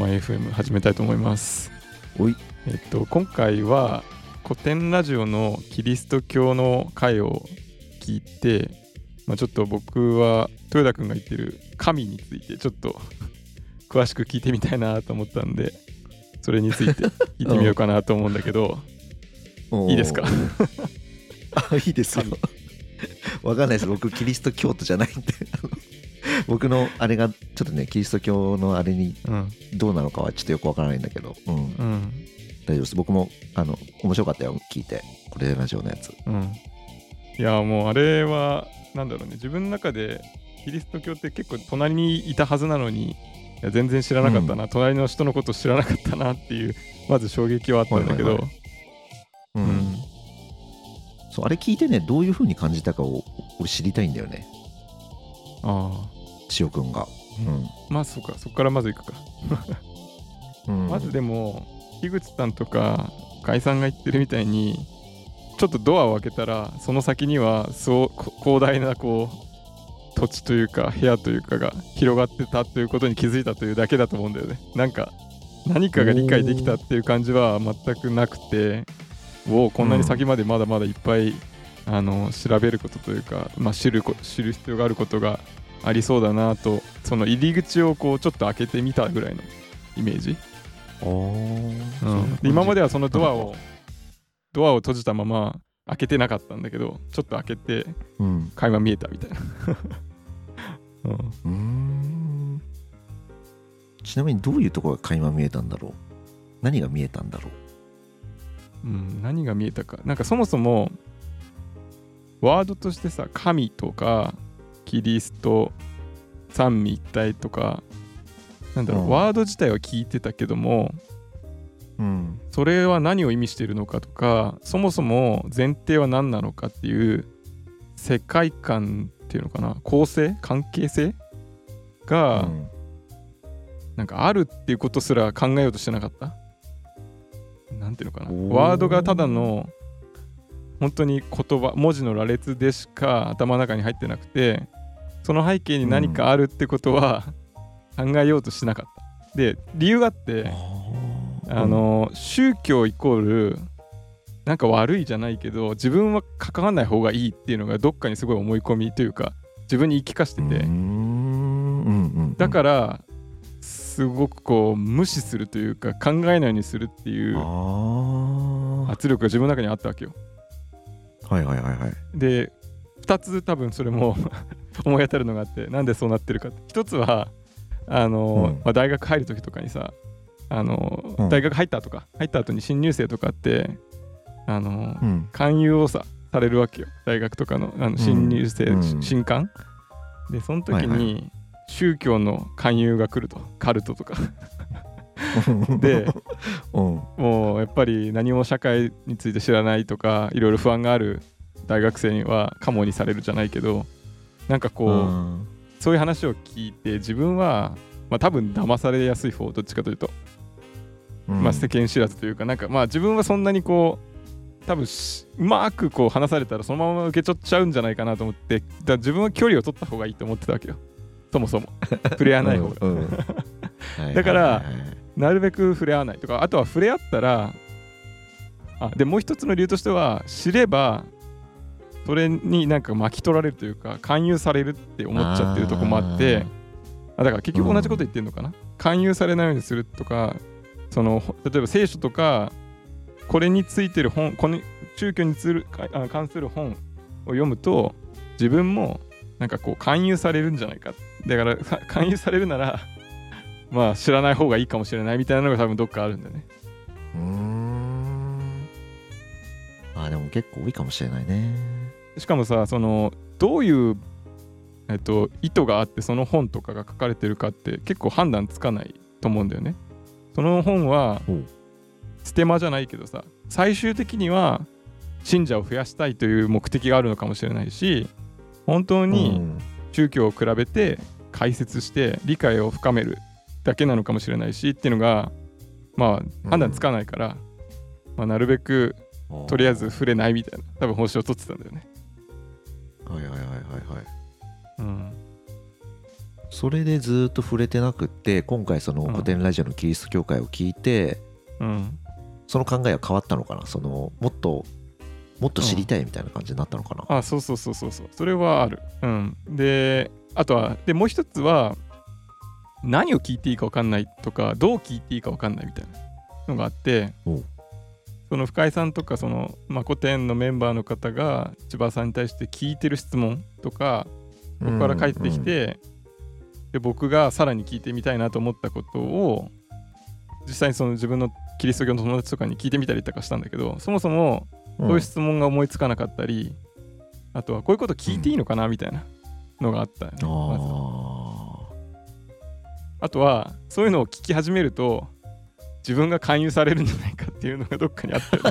マ FM 始めたいと思います。 おい。 今回は古典ラジオのキリスト教の回を聞いて、ちょっと僕は豊田くんが言ってる神についてちょっと詳しく聞いてみたいなと思ったんで、それについて聞いてみようかなと思うんだけどいいですか？ いいですよ。わかんないです。僕キリスト教徒じゃないんで僕のあれがちょっとね、キリスト教のあれにどうなのかはちょっとよくわからないんだけど、大丈夫です。僕も面白かったよ、聞いて、これラジオのやつ。 いやもうあれはなんだろうね、自分の中でキリスト教って結構隣にいたはずなのに、いや全然知らなかったな、隣の人のこと知らなかったなっていうまず衝撃はあったんだけど、 そう、あれ聞いてね、どういう風に感じたかを俺知りたいんだよね。千代くんが。 そうか、そこからまずいくか。まずでも樋口さんとか甲斐さんが言ってるみたいに、ちょっとドアを開けたらその先にはそう広大なこう土地というか部屋というかが広がってたということに気づいたというだけだと思うんだよね。なんか何かが理解できたっていう感じは全くなくて、こんなに先までまだまだいっぱい調べることというか、知る必要があることがありそうだなと、その入り口をこうちょっと開けてみたぐらいのイメージ。で今まではそのドアを閉じたまま開けてなかったんだけど、ちょっと開けて垣間見えたみたいな。 ちなみにどういうところが垣間見えたんだろう。何が見えたんだろう。 何が見えたか。なんかそもそもワードとしてさ、神とかキリスト、三位一体とか、なんだろう、ワード自体は聞いてたけども、それは何を意味しているのかとか、そもそも前提は何なのかっていう世界観っていうのかな、構成、関係性が、なんかあるっていうことすら考えようとしてなかった。なんていうのかな、ワードがただの本当に言葉、文字の羅列でしか頭の中に入ってなくて、その背景に何かあるってことは考えようとしなかった。で、理由があって、宗教イコールなんか悪いじゃないけど、自分は関わらない方がいいっていうのがどっかにすごい思い込みというか、自分に言い聞かせてて、だからすごくこう無視するというか考えないようにするっていう圧力が自分の中にあったわけよ。で2つ多分それも思い当たるのがあって、なんでそうなってるかって、一つは大学入る時とかにさ、大学入った後に新入生とかって勧誘をされるわけよ、大学とかの新入生、新歓で、その時に宗教の勧誘が来ると、カルトとかでもうやっぱり何も社会について知らないとか、いろいろ不安がある大学生にはカモにされるじゃないけど、なんかこうそういう話を聞いて、自分は多分騙されやすい方、どっちかというと、世間知らずというか、なんか自分はそんなにこう多分うまくこう話されたらそのまま受け取っちゃうんじゃないかなと思って、自分は距離を取った方がいいと思ってたわけよ、そもそも触れ合わない方がだからなるべく触れ合わないとか、あとは触れ合ったらでもう一つの理由としては、知ればそれになんか巻き取られるというか勧誘されるって思っちゃってるとこもあって、だから結局同じこと言ってんのかな、勧誘されないようにするとか、その例えば聖書とかこれについてる本、この宗教に関する本を読むと、自分もなんかこう勧誘されるんじゃないか、だから勧誘されるなら知らない方がいいかもしれないみたいなのが多分どっかあるんだよね。 でも結構多いかもしれないね。 しかもさ、そのどういう、意図があってその本とかが書かれてるかって結構判断つかないと思うんだよね。その本はステマじゃないけどさ、最終的には信者を増やしたいという目的があるのかもしれないし、本当に宗教を比べて解説して理解を深めるだけなのかもしれないしっていうのが判断つかないから、なるべくとりあえず触れないみたいな多分方針を取ってたんだよね。 それでずっと触れてなくって、今回その古典ラジオのキリスト教会を聞いて、その考えは変わったのかな。そのもっと知りたいみたいな感じになったのかな。 そうそれはある。であとはもう一つは何を聞いていいか分かんないとか、どう聞いていいか分かんないみたいなのがあって、その深井さんとかその、古典のメンバーの方が千葉さんに対して聞いてる質問とか、僕から返ってきて、で僕がさらに聞いてみたいなと思ったことを実際にその自分のキリスト教の友達とかに聞いてみたりとかしたんだけど、そもそもそういう質問が思いつかなかったり、あとはこういうこと聞いていいのかなみたいなのがあったよね。あとはそういうのを聞き始めると自分が勧誘されるんじゃないかっていうのがどっかにあったよね。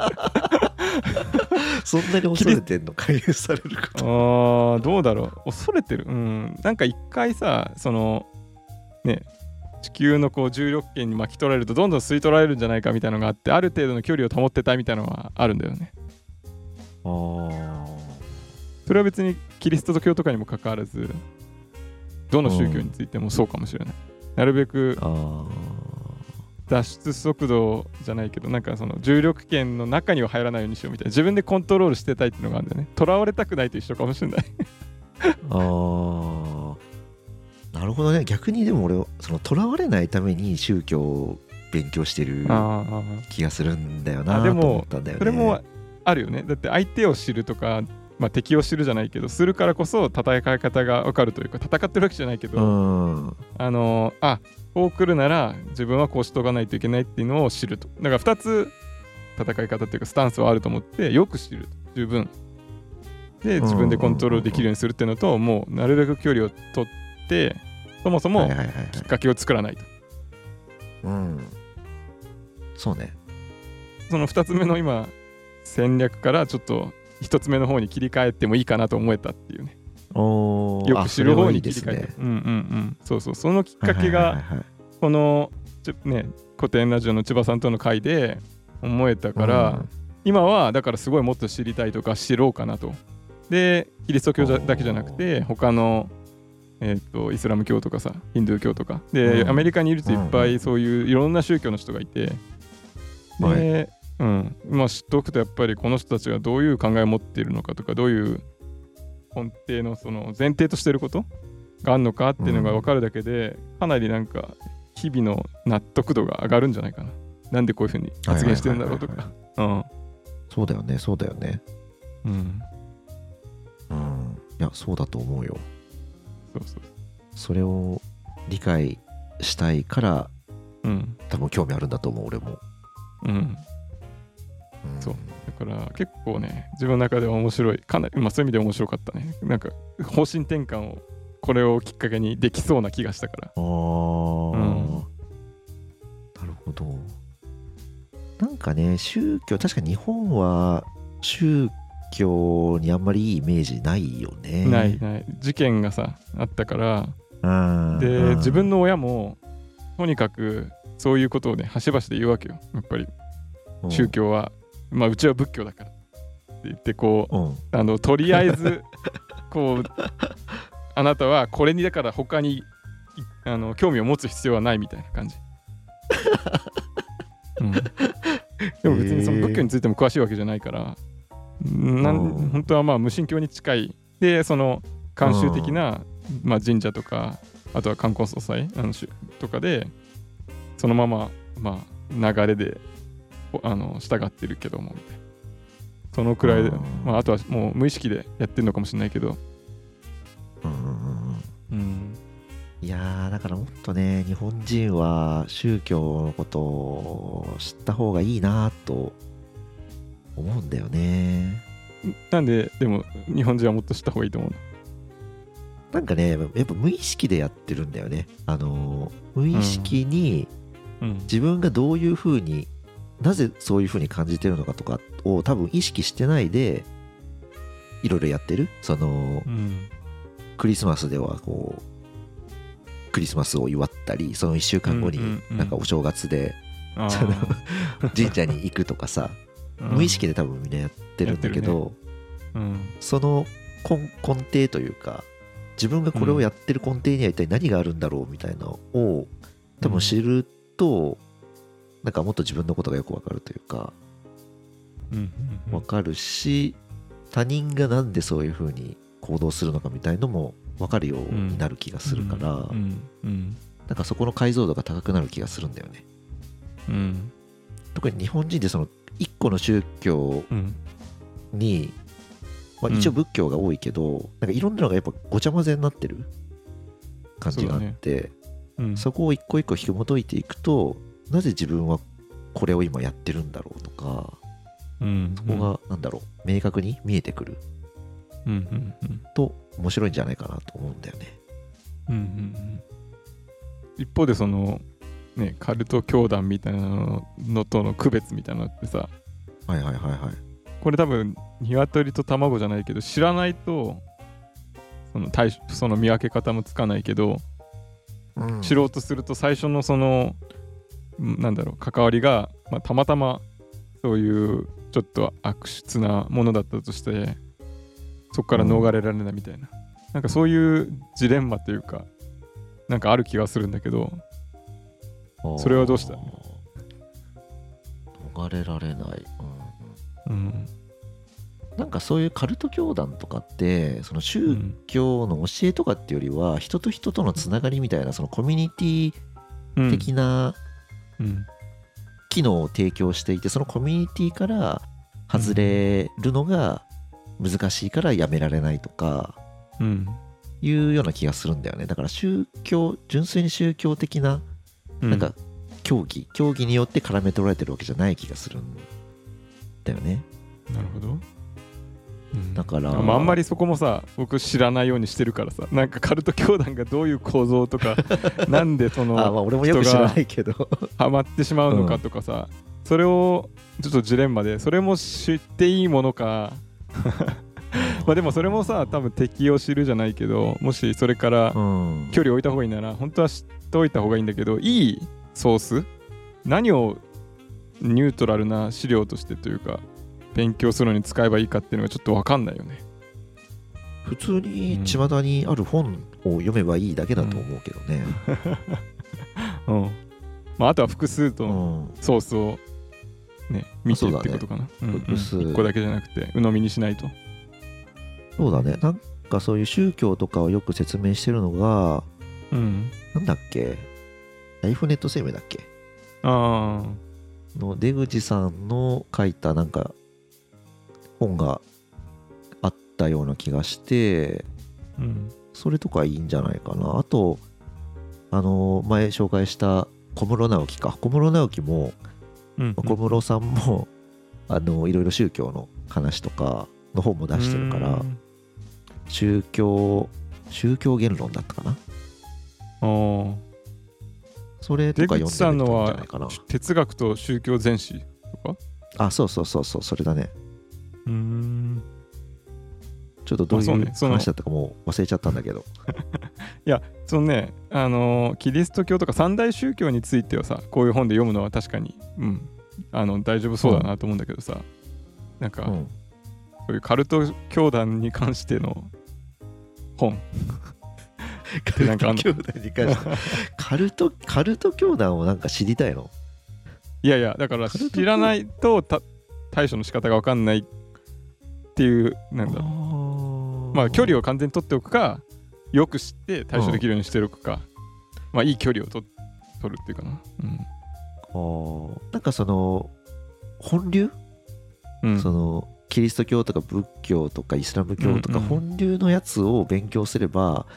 そんなに恐れてんの？勧誘されること。 どうだろう、恐れてる。なんか一回さ、そのね、地球のこう重力圏に巻き取られるとどんどん吸い取られるんじゃないかみたいなのがあって、ある程度の距離を保ってたいみたいなのはあるんだよね。それは別にキリスト教とかにもかかわらず、どの宗教についてもそうかもしれない。なるべく脱出速度じゃないけど、なんかその重力圏の中には入らないようにしようみたいな、自分でコントロールしてたいっていうのがあるんだよね。囚われたくないと一緒かもしれない。 なるほどね。逆にでも俺その囚われないために宗教を勉強してる気がするんだよなと思ったんだよね。 それもあるよね。だって相手を知るとか、敵を知るじゃないけど、するからこそ戦い方が分かるというか、戦ってるわけじゃないけど、こう来るなら自分はこうしとかないといけないっていうのを知ると。だから2つ戦い方っていうかスタンスはあると思って、よく知る十分で自分でコントロールできるようにするっていうのと、もうなるべく距離を取ってそもそもきっかけを作らないと。 そうね。 その2つ目の今戦略からちょっと1つ目の方に切り替えてもいいかなと思えたっていうね。よく知る方に切り替えて。そのきっかけがこの古典ラジオの千葉さんとの会で思えたから、今はだからすごいもっと知りたいとか知ろうかなと。でキリスト教だけじゃなくて他のイスラム教とかさ、ヒンドゥー教とかで、アメリカにいるといっぱいそういういろんな宗教の人がいて、で知っておくとやっぱりこの人たちがどういう考えを持っているのかとか、どういう根底のその前提としていることがあるのかっていうのが分かるだけで、かなりなんか日々の納得度が上がるんじゃないかな。なんでこういうふうに発言してるんだろうとか。 そうだよね。いや、そうだと思うよ。それを理解したいから、多分興味あるんだと思う、俺も。 そうだから結構ね、自分の中では面白い、かなり、そういう意味で面白かったね。なんか方針転換をこれをきっかけにできそうな気がしたから。なるほど。なんかね、宗教、確か日本は宗教にあんまりいいイメージないよね。 ない事件がさあったから、で自分の親もとにかくそういうことをね端々で言うわけよ。やっぱり宗教はうちは仏教だからって言って、こうとりあえずこうあなたはこれにだから他に興味を持つ必要はないみたいな感じ。でも別にその仏教についても詳しいわけじゃないから、本当は無神教に近いで、その慣習的な、神社とか、あとは観光総裁とかでそのまま流れで従ってるけどもみたいな、そのくらいで、あとはもう無意識でやってるのかもしれないけど、 いやー、だからもっとね、日本人は宗教のことを知った方がいいなと思うんだよね。 なんででも日本人はもっと知った方がいいと思うの？ なんかね、やっぱ無意識でやってるんだよね。無意識に自分がどういう風に、なぜそういう風に感じてるのかとかを多分意識してないでいろいろやってる。クリスマスではこうクリスマスを祝ったり、その1週間後になんかお正月で神社に行くとかさ、無意識で多分みんなやってるんだけど、その根底というか自分がこれをやってる根底には一体何があるんだろうみたいなのを多分知ると、なんかもっと自分のことがよくわかるというか、わかるし、他人がなんでそういう風に行動するのかみたいのもわかるようになる気がするから、なんかそこの解像度が高くなる気がするんだよね。特に日本人でその一個の宗教に、まあ、一応仏教が多いけど、なんかいろんなのがやっぱごちゃ混ぜになってる感じがあって、そこを一個一個紐解いていくと、なぜ自分はこれを今やってるんだろうとか、そこがなんだろう、明確に見えてくると面白いんじゃないかなと思うんだよね。 一方でそのね、カルト教団みたいなのとの区別みたいなのってさ、これ多分鶏と卵じゃないけど、知らないとその見分け方もつかないけど、知ろうとすると最初のそのなんだろう、関わりが、まあ、たまたまそういうちょっと悪質なものだったとして、そこから逃れられないみたいな、なんかそういうジレンマというか、なんかある気がするんだけど、それはどうした？ 逃れられない、なんかそういうカルト教団とかって、その宗教の教えとかっていうよりは、人と人とのつながりみたいな、そのコミュニティ的な機能を提供していて、そのコミュニティから外れるのが難しいからやめられないとかいうような気がするんだよね。だから宗教、純粋に宗教的ななんか競技によって絡め取られてるわけじゃない気がするんだよね。 なるほど。 だから、 あんまりそこもさ、僕知らないようにしてるからさ、なんかカルト教団がどういう構造とかなんでその俺もよく知らないけどハマってしまうのかとかさ、それをちょっとジレンマで、それも知っていいものかまあでもそれもさ、多分敵を知るじゃないけど、もしそれから距離を置いた方がいいなら、本当は知っておいた方がいいんだけど、いいソース、何をニュートラルな資料としてというか勉強するのに使えばいいかっていうのがちょっと分かんないよね。 普通に巷にある本を読めばいいだけだと思うけどね。 まあ、あとは複数とソースをね、見てってことかな。1個だけじゃなくて鵜呑みにしないと。 そうだね。なんかそういう宗教とかをよく説明してるのが、なんだっけ、ライフネット生命だっけの出口さんの書いたなんか本があったような気がして、それとかいいんじゃないかな。あと前紹介した小室直樹も、小室さんもいろいろ宗教の話とかの本も出してるから、宗教言論だったかな。それとか読んでみるといいんじゃないかな。 哲学と宗教全史とか？ そうそれだね。ちょっとどういう話だったかもう忘れちゃったんだけどいや、そのね、キリスト教とか三大宗教についてはさ、こういう本で読むのは確かに、大丈夫そうだなと思うんだけどさ、なんか、そういうカルト教団に関しての本カルト教団に関してカルト教団をなんか知りたいの？ いやいや、だから知らないと対処の仕方が分かんないっていう、なんだろう、まあ距離を完全に取っておくか、よく知って対処できるようにしておくか、まあいい距離を取るっていうかな。 なんかその本流、そのキリスト教とか仏教とかイスラム教とか本流のやつを勉強すれば、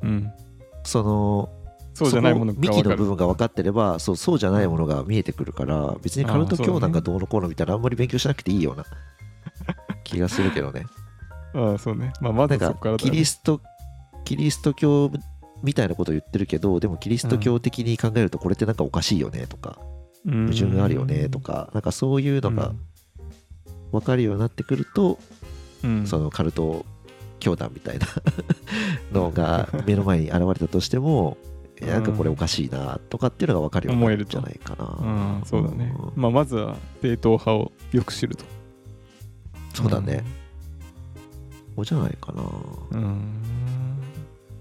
そうじゃないものが分かる、 幹の部分が分かってればそうじゃないものが見えてくるから、別にカルト教団がどうのこうのみたいなあんまり勉強しなくていいような気がするけどね。 そうね。まずそこからだね。 キリスト教みたいなことを言ってるけど、でもキリスト教的に考えるとこれってなんかおかしいよねとか、矛盾があるよねとか、なんかそういうのが分かるようになってくると、そのカルト教団みたいなのが目の前に現れたとしても、なんかこれおかしいなとかっていうのが分かるようになるんじゃないかな。 そうだね。まずは正統派をよく知ると。 そうだね。そうじゃないかな。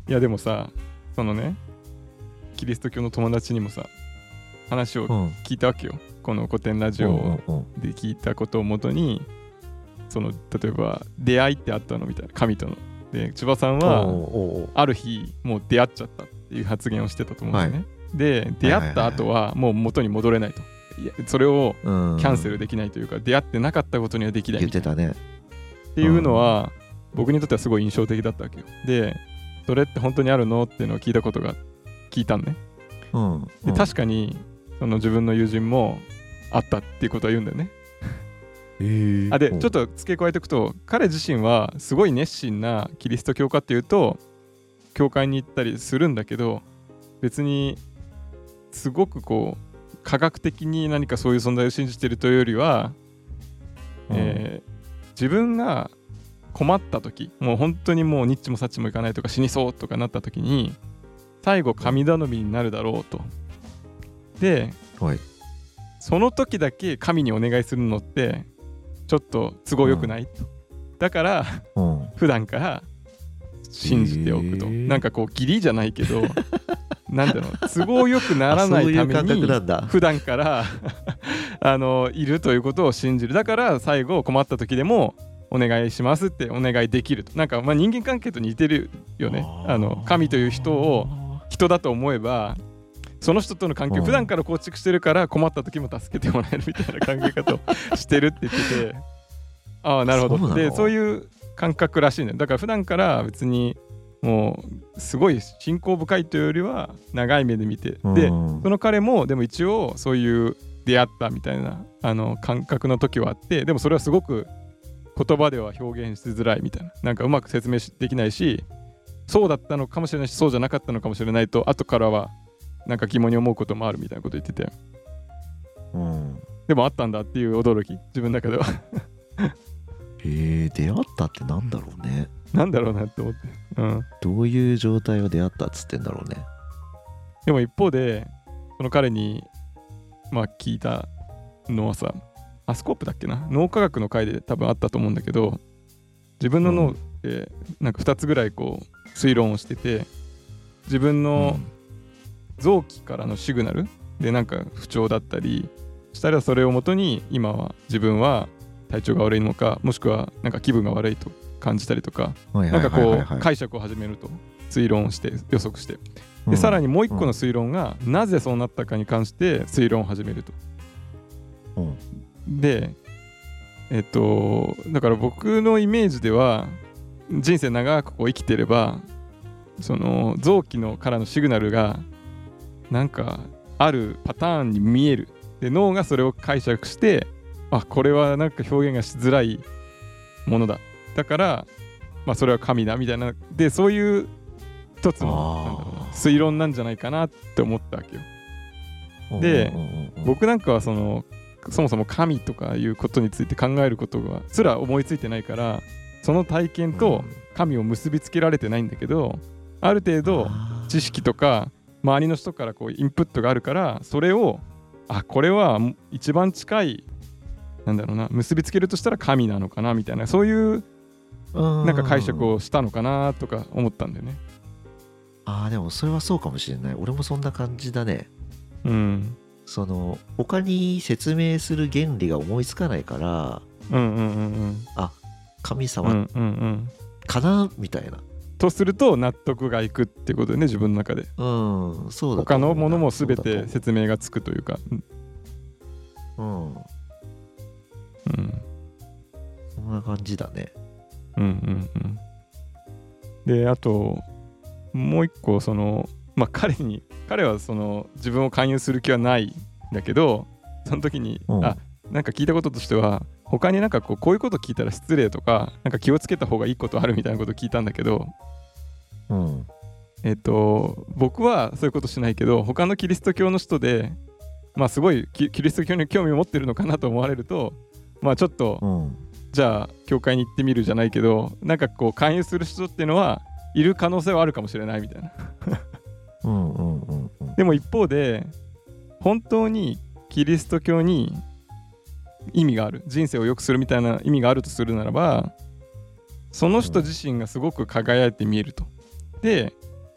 いやでもさ、そのねキリスト教の友達にもさ話を聞いたわけよ、この古典ラジオで聞いたことをもとに、その例えば出会いってあったのみたいな、神との。で千葉さんはある日もう出会っちゃったっていう発言をしてたと思うんだよね、で出会った後はもう元に戻れないと、いやそれをキャンセルできないというか、出会ってなかったことにはできない言ってたねっていうのは、僕にとってはすごい印象的だったわけよ。でそれって本当にあるのっていうのを聞いたんね、で確かにその自分の友人もあったっていうことは言うんだよね。でちょっと付け加えておくと、彼自身はすごい熱心なキリスト教かっていうと教会に行ったりするんだけど、別にすごくこう科学的に何かそういう存在を信じているというよりは、自分が困った時、もう本当にもうニッチもサッチもいかないとか死にそうとかなった時に最後神頼みになるだろうと。で、その時だけ神にお願いするのってちょっと都合よくない、だから普段から信じておくと、なんかこう義理じゃないけどなんだろう、都合よくならないために普段からいるということを信じる。だから最後困った時でもお願いしますってお願いできると。なんかまあ人間関係と似てるよね。神という人を人だと思えば、その人との関係を普段から構築してるから困った時も助けてもらえるみたいな考え方をしてるって言っててああなるほど。でそういう感覚らしいね。だから普段から別にもうすごい信仰深いというよりは長い目で見て、でその彼もでも一応そういう出会ったみたいな感覚の時はあって、でもそれはすごく言葉では表現しづらいみたいな、なんかうまく説明できないし、そうだったのかもしれないしそうじゃなかったのかもしれないと後からはなんか疑問に思うこともあるみたいなこと言ってて、でもあったんだっていう驚き、自分の中では出会ったってなんだろうね。 なんだろうなって思って、 どういう状態を出会ったっつってんだろうね。 でも一方でその彼にまあ聞いたのはさ、スコープだっけな、脳科学の回で多分あったと思うんだけど、自分の脳ってなんか2つぐらいこう推論をしてて、自分の臓器からのシグナルでなんか不調だったりしたら、それをもとに今は自分は体調が悪いのか、もしくはなんか気分が悪いと感じたりとか、なんかこう解釈を始めると、推論をして予測して、でさらにもう一個の推論がなぜそうなったかに関して推論を始めると。でだから僕のイメージでは、人生長くこう生きてればその臓器のからのシグナルがなんかあるパターンに見える。で脳がそれを解釈して、あ、これはなんか表現がしづらいものだ、だからまあそれは神だみたいな、でそういう一つのなんだろうな推論なんじゃないかなって思ったわけよ。で僕なんかはそもそも神とかいうことについて考えることがすら思いついてないから、その体験と神を結びつけられてないんだけど、ある程度知識とか周りの人からこうインプットがあるから、それをこれは一番近いなんだろうな、結びつけるとしたら神なのかなみたいな、そういうなんか解釈をしたのかなとか思ったんだよね。 でもそれはそうかもしれない。俺もそんな感じだね。その他に説明する原理が思いつかないから、神様かなみたいな。 とすると納得がいくってことでね、自分の中で。 そうだ。 他のものも全て説明がつくというか。 そんな感じだね。 であともう一個彼はその自分を勧誘する気はないんだけど、その時になんか聞いたこととしては、他になんかこういうこと聞いたら失礼とか、なんか気をつけた方がいいことあるみたいなことを聞いたんだけど、僕はそういうことしないけど、他のキリスト教の人で、まあすごいキリスト教に興味を持ってるのかなと思われると、まあちょっと、じゃあ教会に行ってみるじゃないけど、なんかこう勧誘する人っていうのはいる可能性はあるかもしれないみたいな。でも一方で本当にキリスト教に意味がある、人生を良くするみたいな意味があるとするならば、その人自身がすごく輝いて見えると。で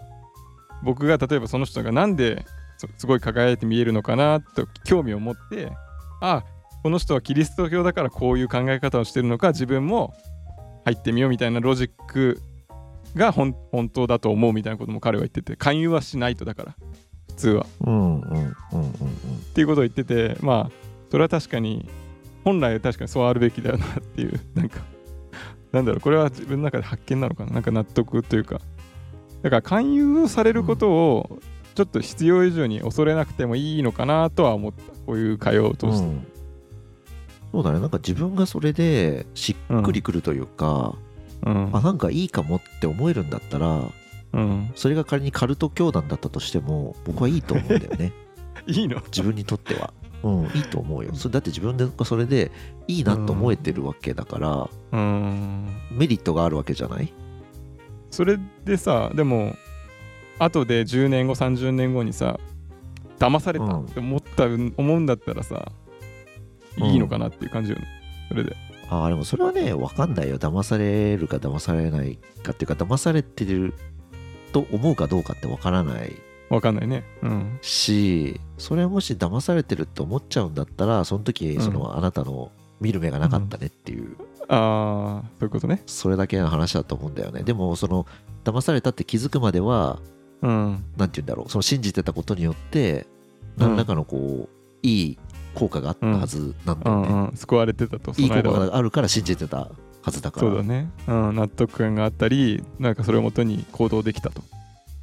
僕が例えばその人がなんですごい輝いて見えるのかなと興味を持って、あ、この人はキリスト教だからこういう考え方をしてるのか、自分も入ってみようみたいなロジックが本当だと思うみたいなことも彼は言ってて、勧誘はしないと、だから普通はっていうことを言ってて、まあそれは確かに本来確かにそうあるべきだよなっていう、なんだろう、これは自分の中で発見なのかな、なんか納得というか、だから勧誘されることをちょっと必要以上に恐れなくてもいいのかなとは思った、こういう会話を通して、 そうだね、なんか自分がそれでしっくりくるというか、なんかいいかもって思えるんだったら、それが仮にカルト教団だったとしても僕はいいと思うんだよねいいの？ 自分にとっては、いいと思うよ。だって自分でそれでいいなと思えてるわけだから、メリットがあるわけじゃない？ それでさ、でも後で10年後30年後にさ騙されたって思うんだったらさ、いいのかなっていう感じよね、それで。 でもそれはね、分かんないよ。騙されるか騙されないかっていうか、騙されてると思うかどうかって分からないね、 し、それはもし騙されてるって思っちゃうんだったら、その時あなたの見る目がなかったねっていう、 そういうことね。 それだけの話だと思うんだよね。でも騙されたって気づくまでは、なんて言うんだろう、その信じてたことによって何らかのいい効果があったはずなんだよね。 救われてたと。 いい効果があるから信じてたはずだから。 そうだね、納得感があったり、なんかそれをもとに行動できたと。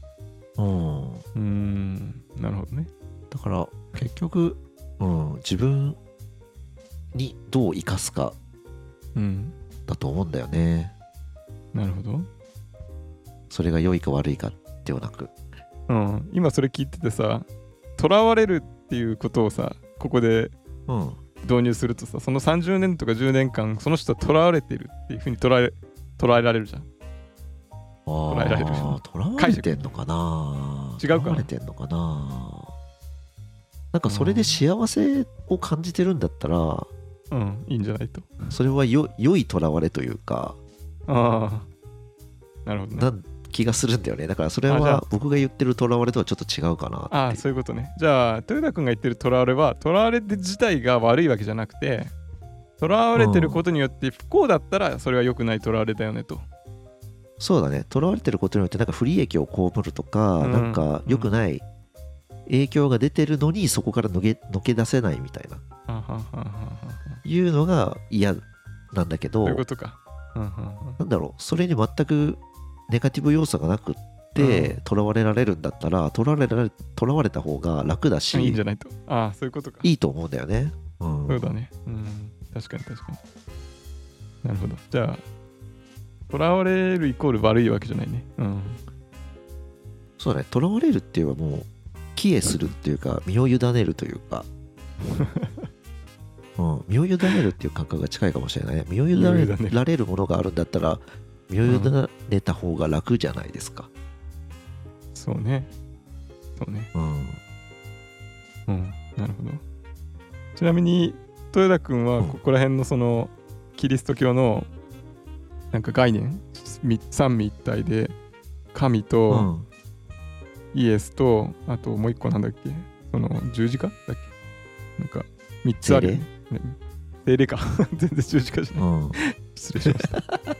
なるほどね。 だから結局、自分にどう生かすかだと思うんだよね。 なるほど。 それが良いか悪いかではなく、 今それ聞いててさ、囚われるっていうことをさ、ここで導入するとさ、その30年とか10年間その人は囚われてるっていうふうに捉えられるじゃん。 捉えられる。囚われてんのかな？ 違うかな？ 囚われてんのかな？なんかそれで幸せを感じてるんだったら、 いいんじゃないと。 それは良い囚われというか、 なるほどね。 な気がするんだよね。だからそれは僕が言ってる囚われとはちょっと違うかなって。 そういうことね。じゃあ豊田君が言ってる囚われは、囚われて自体が悪いわけじゃなくて、囚われてることによって不幸だったらそれは良くない囚われだよねと。 そうだね。囚われてることによってなんか不利益を被るとか、なんか良くない影響が出てるのにそこからのけ出せないみたいないうのが嫌なんだけど、 そういうことか。 なんだろう、それに全くネガティブ要素がなくって囚われられるんだったら、囚われた方が楽だし、 いいんじゃないと。そういうことか。 いいと思うんだよね。 そうだね。確かに。なるほど。じゃあ囚われるイコール悪いわけじゃないね。 そうだね。囚われるっていうのはもう帰依するっていうか、身を委ねるというか身を委ねるっていう感覚が近いかもしれないね。身を委ねられるものがあるんだったら、身を委ねた方が楽じゃないですか。 そうね。なるほど。ちなみに豊田君はここら辺のそのキリスト教のなんか概念、三位一体で神とイエスと、あともう一個なんだっけ、その十字架だっけ、なんか3つあるよね。精霊か全然十字架じゃない、失礼しま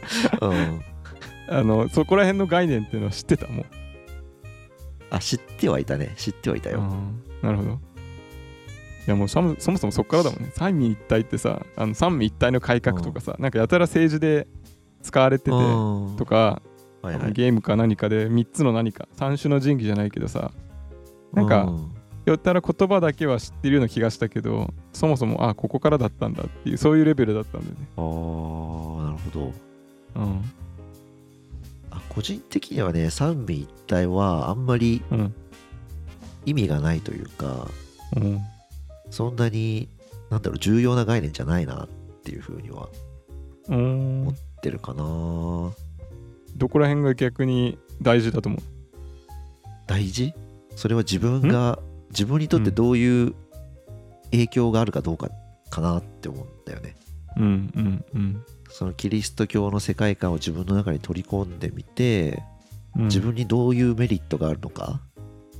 したそこら辺の概念っていうのは知ってた？もう知ってはいたね。知ってはいたよ。 なるほど。いやもうそもそもそっからだもんね。三位一体ってさ、三位一体の改革とかさ、なんかやたら政治で使われててとか、ゲームか何かで3つの何か三種の神器じゃないけどさ、なんかやったら言葉だけは知ってるような気がしたけど、そもそもここからだったんだっていう、そういうレベルだったんだよね。 なるほど。個人的にはね、三位一体はあんまり意味がないというか、そんなになんだろう、重要な概念じゃないなっていうふうには思ってるかな。 どこら辺が逆に大事だと思う？ 大事？それは自分にとってどういう影響があるかどうかかなって思うんだよね。そのキリスト教の世界観を自分の中に取り込んでみて、自分にどういうメリットがあるのか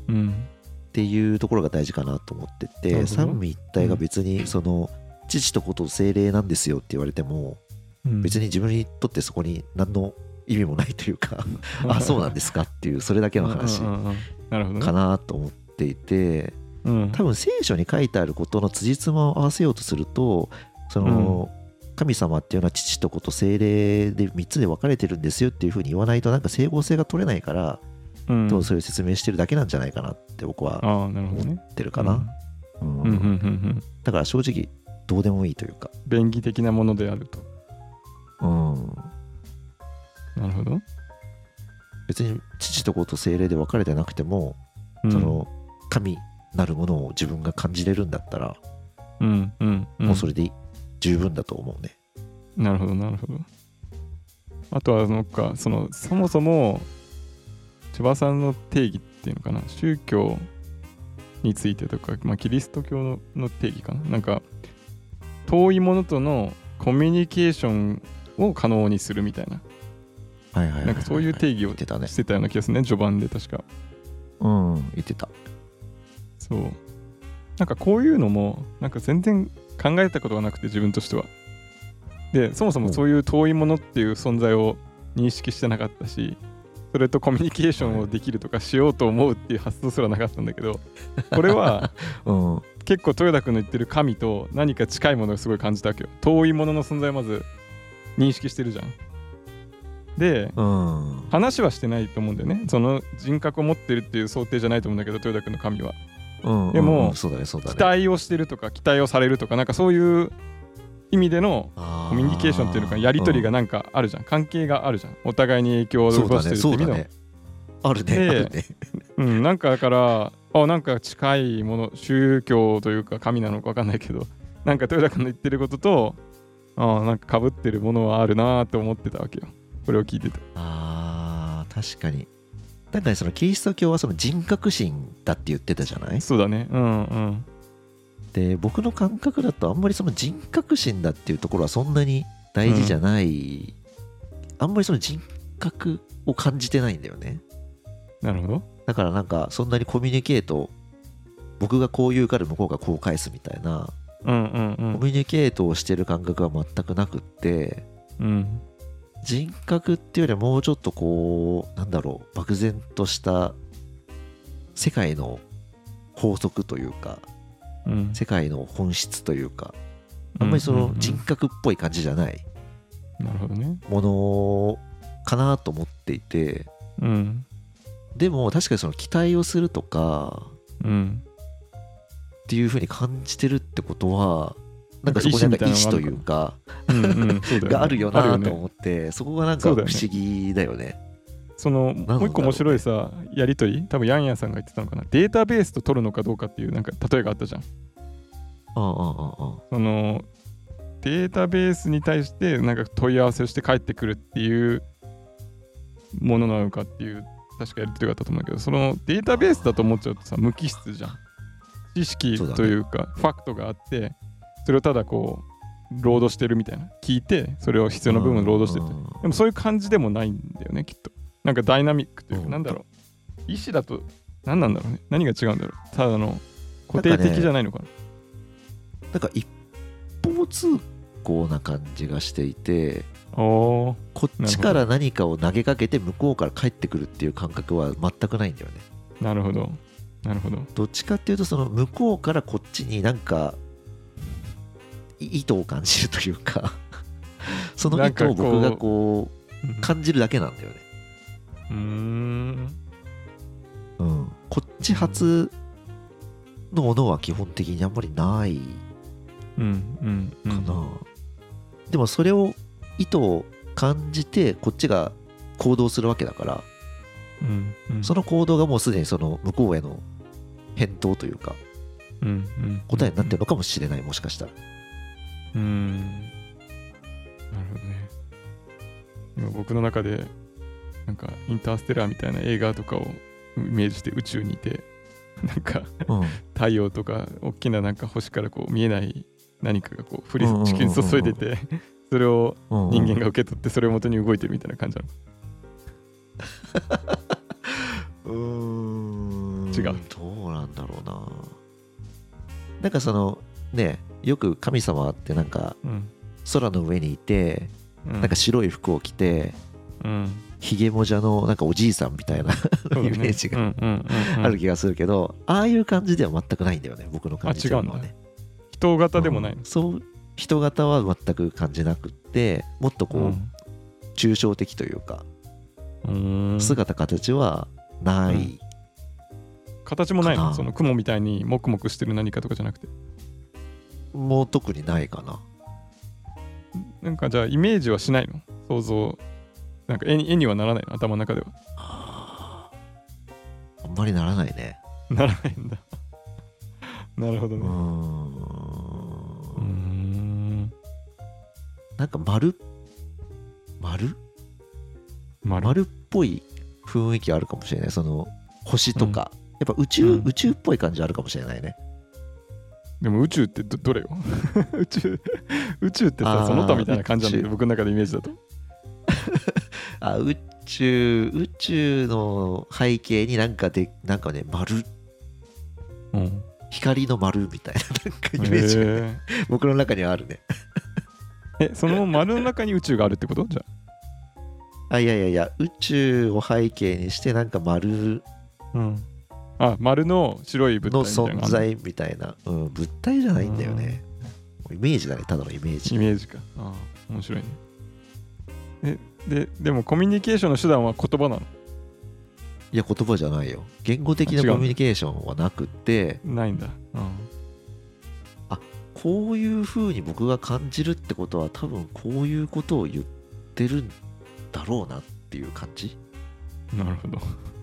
っていうところが大事かなと思ってて、三位一体が別にその父と子と精霊なんですよって言われても、別に自分にとってそこに何の意味もないというかあ、そうなんですかっていう、それだけの話かなと思っていて、多分聖書に書いてあることの辻褄を合わせようとすると、その神様っていうのは父と子と精霊で3つで分かれてるんですよっていうふうに言わないとなんか整合性が取れないから、そういう説明してるだけなんじゃないかなって僕は思ってるかな。だから正直どうでもいいというか、 便宜的なものであると。なるほど。 別に父と子と精霊で分かれてなくても、その神なるものを自分が感じれるんだったら、もうそれで十分だと思うね。 なるほどなるほど。あとはなんかそもそも千葉さんの定義っていうのかな、宗教についてとか、キリスト教の定義かな、なんか遠いものとのコミュニケーションを可能にするみたいな、なんかそういう定義をしてたような気がするね、序盤で確か。 言ってた。 そう。なんかこういうのもなんか全然考えたことがなくて、自分としては。で、そもそもそういう遠いものっていう存在を認識してなかったし、それとコミュニケーションをできるとかしようと思うっていう発想すらなかったんだけど、これは結構豊田君の言ってる神と何か近いものをすごい感じたわけよ。遠いものの存在をまず認識してるじゃん。で、話はしてないと思うんだよね。その人格を持ってるっていう想定じゃないと思うんだけど、豊田君の神は。でも、期待をしてるとか期待をされるとか、なんかそういう意味でのコミュニケーションっていうのか、やり取りがなんかあるじゃん、関係があるじゃん、お互いに影響を及ぼしてるって意味の。 あるね。 なんかだからなんか近いもの、宗教というか神なのか分かんないけど、なんか豊田君の言ってることとなんか被ってるものはあるなと思ってたわけよ、これを聞いてて。 確かに。なんかそのキリスト教はその人格心だって言ってたじゃない？ そうだね。 で、僕の感覚だとあんまりその人格心だっていうところはそんなに大事じゃない、あんまりその人格を感じてないんだよね。 なるほど。 だからなんかそんなにコミュニケート、僕がこう言うから向こうがこう返すみたいな、コミュニケートをしてる感覚は全くなくって、人格っていうよりはもうちょっとこうなんだろう、漠然とした世界の法則というか、世界の本質というか、あんまりその人格っぽい感じじゃないものかなと思っていて、でも確かにその期待をするとかっていう風に感じてるってことは、なんかそこになんか意志というかがあるよなと思って、そこがなんか不思議だよね。 もう一個面白いさ、やりとり、多分ヤンヤンさんが言ってたのかな、データベースと取るのかどうかっていうなんか例えがあったじゃん。そのデータベースに対してなんか問い合わせをして帰ってくるっていうものなのかっていう、確かやりとりがあったと思うけど、そのデータベースだと思っちゃうとさ、無機質じゃん。知識というかファクトがあって、それをただこうロードしてるみたいな、聞いてそれを必要な部分ロードしてて、でもそういう感じでもないんだよね、きっと。なんかダイナミックというか、なんだろう、意思だと何なんだろうね、何が違うんだろう、ただの固定的じゃないのかな。 なんか一方通行な感じがしていて、こっちから何かを投げかけて向こうから帰ってくるっていう感覚は全くないんだよね。 なるほどなるほど。 どっちかっていうと、その向こうからこっちになんか意図を感じるというかその意図を僕がこう感じるだけなんだよね。こっち発のものは基本的にあんまりないかな。でもそれを意図を感じてこっちが行動するわけだから、その行動がもうすでにその向こうへの返答というか答えになってるのかもしれない、もしかしたら。 なるほどね。今僕の中でなんかインターステラーみたいな映画とかをイメージして宇宙にいて、なんか、太陽とか大きななんか星からこう見えない何かがこう地球に注いでて、それを人間が受け取ってそれを元に動いてるみたいな感じなの。違違う。 どうなんだろうな。なんかそのね、よく神様ってなんか空の上にいて、なんか白い服を着て、ひげもじゃのなんかおじいさんみたいなイメージがある気がするけど、ああいう感じでは全くないんだよね、僕の感じてるのはね。 人型でもないの？ そう人型は全く感じなくって、もっとこう抽象的というか、姿形はない、 形もないの？その雲みたいにもくもくしてる何かとかじゃなくて。 もう特にないかな。 なんかじゃあイメージはしないの？想像なんか絵にはならないの？頭の中では。 あんまりならないね。 ならないんだ。なるほどね。 なんか丸っぽい雰囲気あるかもしれない。その星とか、やっぱ宇宙っぽい感じあるかもしれないね。 でも宇宙ってどれよ宇宙ってさ、その他みたいな感じなんだけど、僕の中でイメージだと。 宇宙の背景になんかね、丸、光の丸みたいな、なんかイメージが、ね、僕の中にはあるね。 その丸の中に宇宙があるってこと？じゃあ、いや、宇宙を背景にしてなんか丸、 丸の白い物体みたいなの存在みたいな、物体じゃないんだよね。イメージだね、ただのイメージ。 イメージか。面白いね。でもコミュニケーションの手段は言葉なの？ いや、言葉じゃないよ。言語的なコミュニケーションはなくて、 ないんだ。 こういう風に僕が感じるってことは多分こういうことを言ってるんだろうなっていう感じ。 なるほど。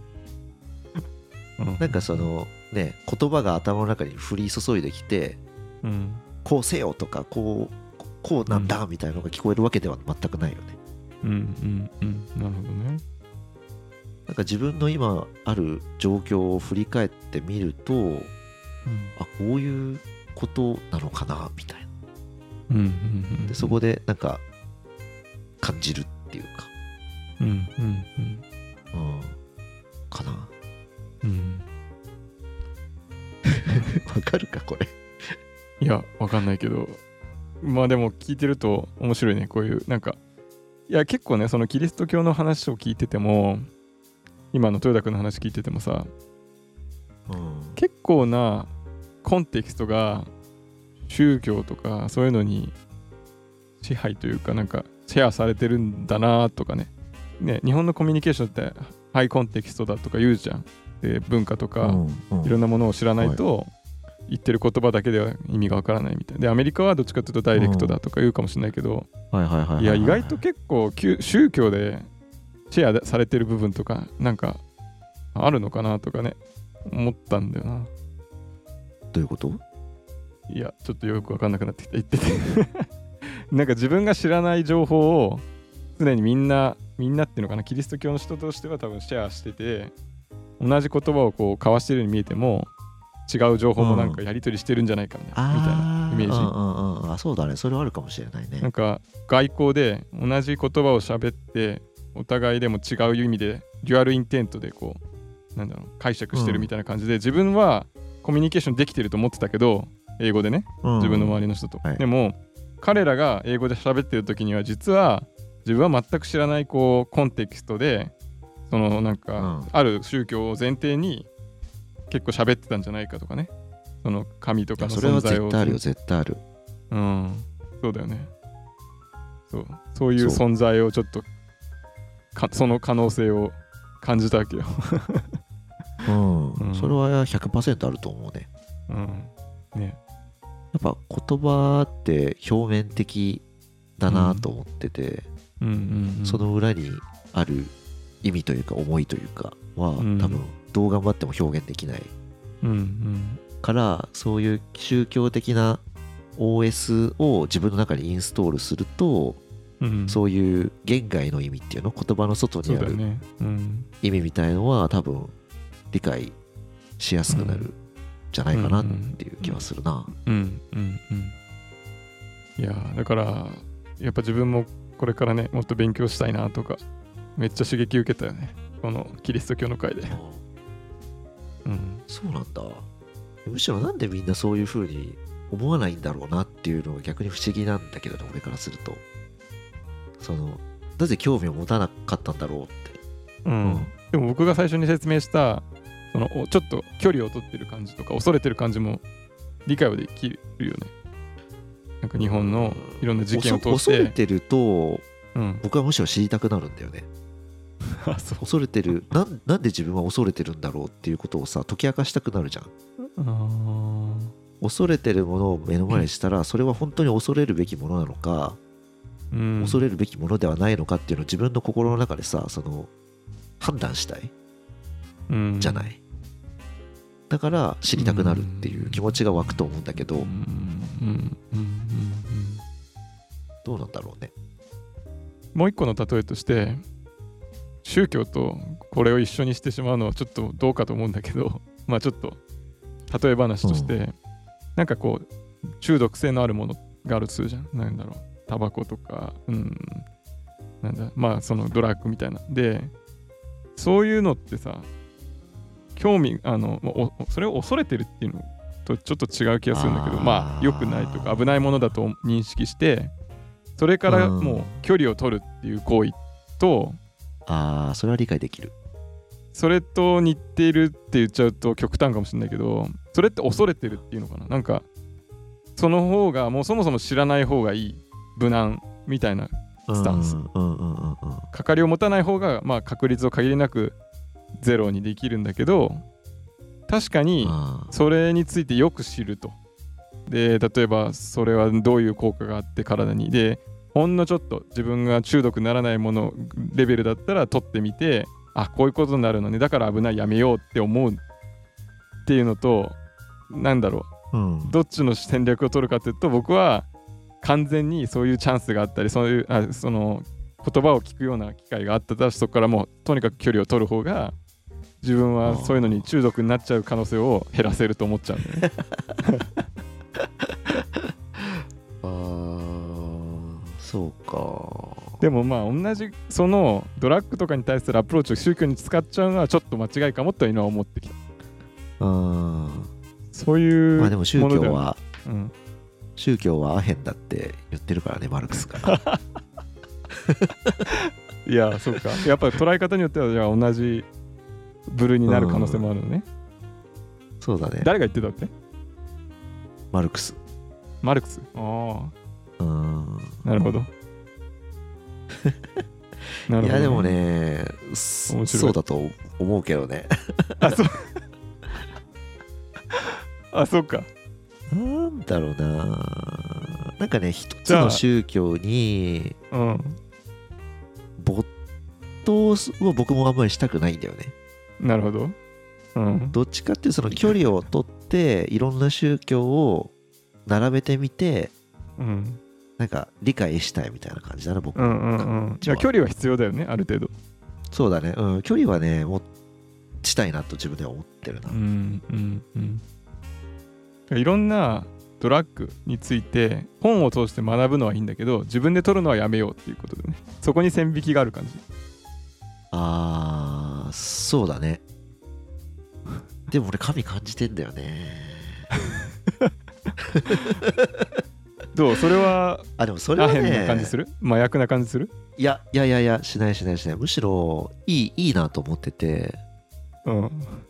なんかそのね、言葉が頭の中に降り注いできて、こうせよとかこうなんだみたいなのが聞こえるわけでは全くないよね。 なるほどね。 なんか自分の今ある状況を振り返ってみると、こういうことなのかなみたいな。でそこでなんか感じるっていうか、かな。わかるかこれ。 いや、わかんないけど、まあでも聞いてると面白いね。こういうなんか、いや結構ね、そのキリスト教の話を聞いてても、今の豊田君の話聞いててもさ、結構なコンテキストが宗教とかそういうのに支配というか、なんかシェアされてるんだなとかね。日本のコミュニケーションってハイコンテキストだとか言うじゃん。で、文化とかいろんなものを知らないと言ってる言葉だけでは意味がわからないみたいで、アメリカはどっちかというとダイレクトだとか言うかもしれないけど、いや意外と結構宗教でシェアされてる部分とかなんかあるのかなとかね、思ったんだよな。 どういうこと？ いやちょっとよく分かんなくなってきた、言っててなんか自分が知らない情報を常にみんなっていうのかな、キリスト教の人としては多分シェアしてて、同じ言葉をこう交わしてるように見えても違う情報もなんかやり取りしてるんじゃないかみたいなイメージ。 そうだね、それはあるかもしれないね。 なんか外交で同じ言葉を喋ってお互いでも違う意味でデュアルインテントでこうなんだろう解釈してるみたいな感じで、自分はコミュニケーションできてると思ってたけど、英語でね、自分の周りの人と、でも彼らが英語で喋ってる時には実は自分は全く知らないこうコンテキストで、そのなんかある宗教を前提に結構喋ってたんじゃないかとかね、その神とかの存在を。 それは絶対あるよ、絶対ある。 そうだよね。そういう存在をちょっとその可能性を感じたわけよそれは 100% あると思うね。 ね、 やっぱ言葉って表面的だなと思ってて、その裏にある意味というか思いというかは、多分どう頑張っても表現できない、から、そういう宗教的な OS を自分の中にインストールすると、そういう言外の意味っていうの、言葉の外にある意味みたいのは多分理解しやすくなるんじゃないかなっていう気はするな。 いやだからやっぱ自分もこれからね、もっと勉強したいなとかめっちゃ刺激受けたよね、このキリスト教の会で。 そうなんだ。むしろなんでみんなそういう風に思わないんだろうなっていうのが逆に不思議なんだけどね、俺からすると。なぜ興味を持たなかったんだろうって。 でも僕が最初に説明したちょっと距離を取ってる感じとか恐れてる感じも理解はできるよね。なんか日本のいろんな事件を通して恐れてると、僕はむしろ知りたくなるんだよね。恐れてるなんで自分は恐れてるんだろうっていうことをさ解き明かしたくなるじゃん。恐れてるものを目の前にしたらそれは本当に恐れるべきものなのか、恐れるべきものではないのかっていうのを自分の心の中でさ判断したい、じゃない。だから知りたくなるっていう気持ちが湧くと思うんだけど、どうなんだろうね。 もう一個の例えとして宗教とこれを一緒にしてしまうのはちょっとどうかと思うんだけど、まあちょっと例え話として、なんかこう中毒性のあるものがあるとするじゃん。なんだろう、タバコとか、なんだ、まあそのドラッグみたいな。で、そういうのってさ、興味それを恐れてるっていうのとちょっと違う気がするんだけど、まあ良くないとか危ないものだと認識してそれからもう距離を取るっていう行為と、 それは理解できる。 それと似ているって言っちゃうと極端かもしれないけど、それって恐れてるっていうのかな。なんかその方がもうそもそも知らない方がいい、無難みたいなスタンス。かかりを持たない方がまあ確率を限りなくゼロにできるんだけど、確かにそれについてよく知ると。で例えばそれはどういう効果があって体に、でほんのちょっと自分が中毒にならないものレベルだったら取ってみて、こういうことになるのね、だから危ない、やめようって思うっていうのと、なんだろう、どっちの戦略を取るかっていうと、僕は完全にそういうチャンスがあったり、その言葉を聞くような機会があったら、そこからもうとにかく距離を取る方が自分はそういうのに中毒になっちゃう可能性を減らせると思っちゃうんだよね。 そうか。 でもまあ同じそのドラッグとかに対するアプローチを宗教に使っちゃうのはちょっと間違いかもというのは思ってきた。そういうまあでも宗教はアヘンだって言ってるからね、マルクスが。 いや、そうか。やっぱり捉え方によってはじゃあ同じ部類になる可能性もあるのね。 そうだね。 誰が言ってたって？ マルクス。 マルクス。なるほど。なるほどね。 いやでもね、そうだと思うけどね。 そうか。 なんだろうな。なんかね、一つの宗教に没頭を僕もあんまりしたくないんだよね。 なるほど。 どっちかっていうその距離を取っていろんな宗教を並べてみて、なんか理解したいみたいな感じだな、僕は。 じゃあ距離は必要だよね、ある程度。 そうだね、距離はね持ちたいなと自分では思ってるな。 いろんなドラッグについて本を通して学ぶのはいいんだけど、自分で取るのはやめようっていうことでね、そこに線引きがある感じ。 そうだね。でも俺神感じてんだよね。 どう？それはでもそれはね、 アヘンな感じする？麻薬な感じする？ いやしない。むしろいいなと思ってて。なん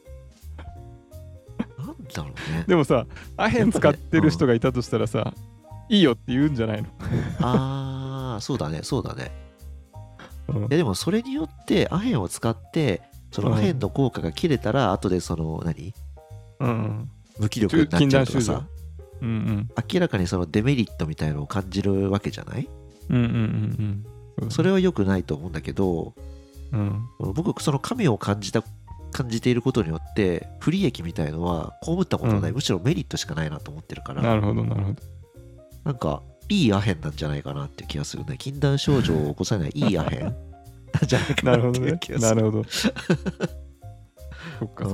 だろうね。 でもさ、アヘン使ってる人がいたとしたらさ、いいよって言うんじゃないの？ そうだね。でもそれによってアヘンを使ってそのアヘンの効果が切れたら、後でその無気力になっちゃうとかさ、明らかにそのデメリットみたいのを感じるわけじゃない？それは良くないと思うんだけど、僕その神を感じていることによって不利益みたいのは被ったことはない、むしろメリットしかないなと思ってるから。 なるほど。 なんかいいアヘンなんじゃないかなって気がするね。禁断症状を起こさないいいアヘンなんじゃないかなっていう気がする。 なるほど。そっか。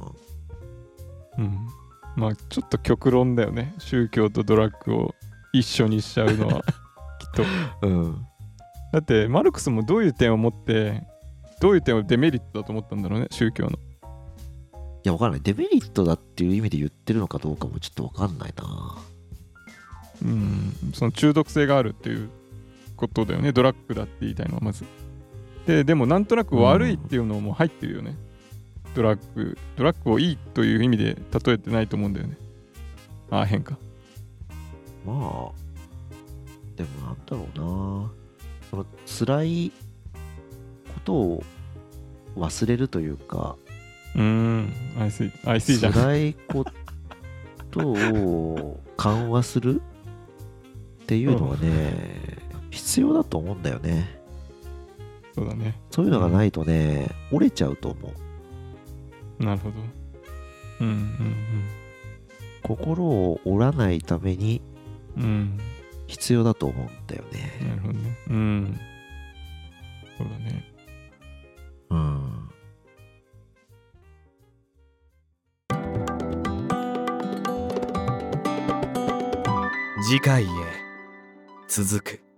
まあちょっと極論だよね、宗教とドラッグを一緒にしちゃうのは。きっと。だってマルクスもどういう点を持って、どういう点をデメリットだと思ったんだろうね、宗教の。 やわかんない、デメリットだっていう意味で言ってるのかどうかもちょっとわかんないな。 その中毒性があるっていうことだよね。ドラッグだって言いたいのはまず。でもなんとなく悪いっていうのも入ってるよね。ドラッグをいいという意味で例えてないと思うんだよね。変か。 まあでもなんだろうな、その辛いことを忘れるというか、 I see じゃん。 辛いことを緩和するっていうのはね、必要だと思うんだよね。 そうだね。 そういうのがないとね、折れちゃうと思う。 なるほど。 心を折らないために必要だと思うんだよね。 なるほどね。そうだね。 次回へ続く。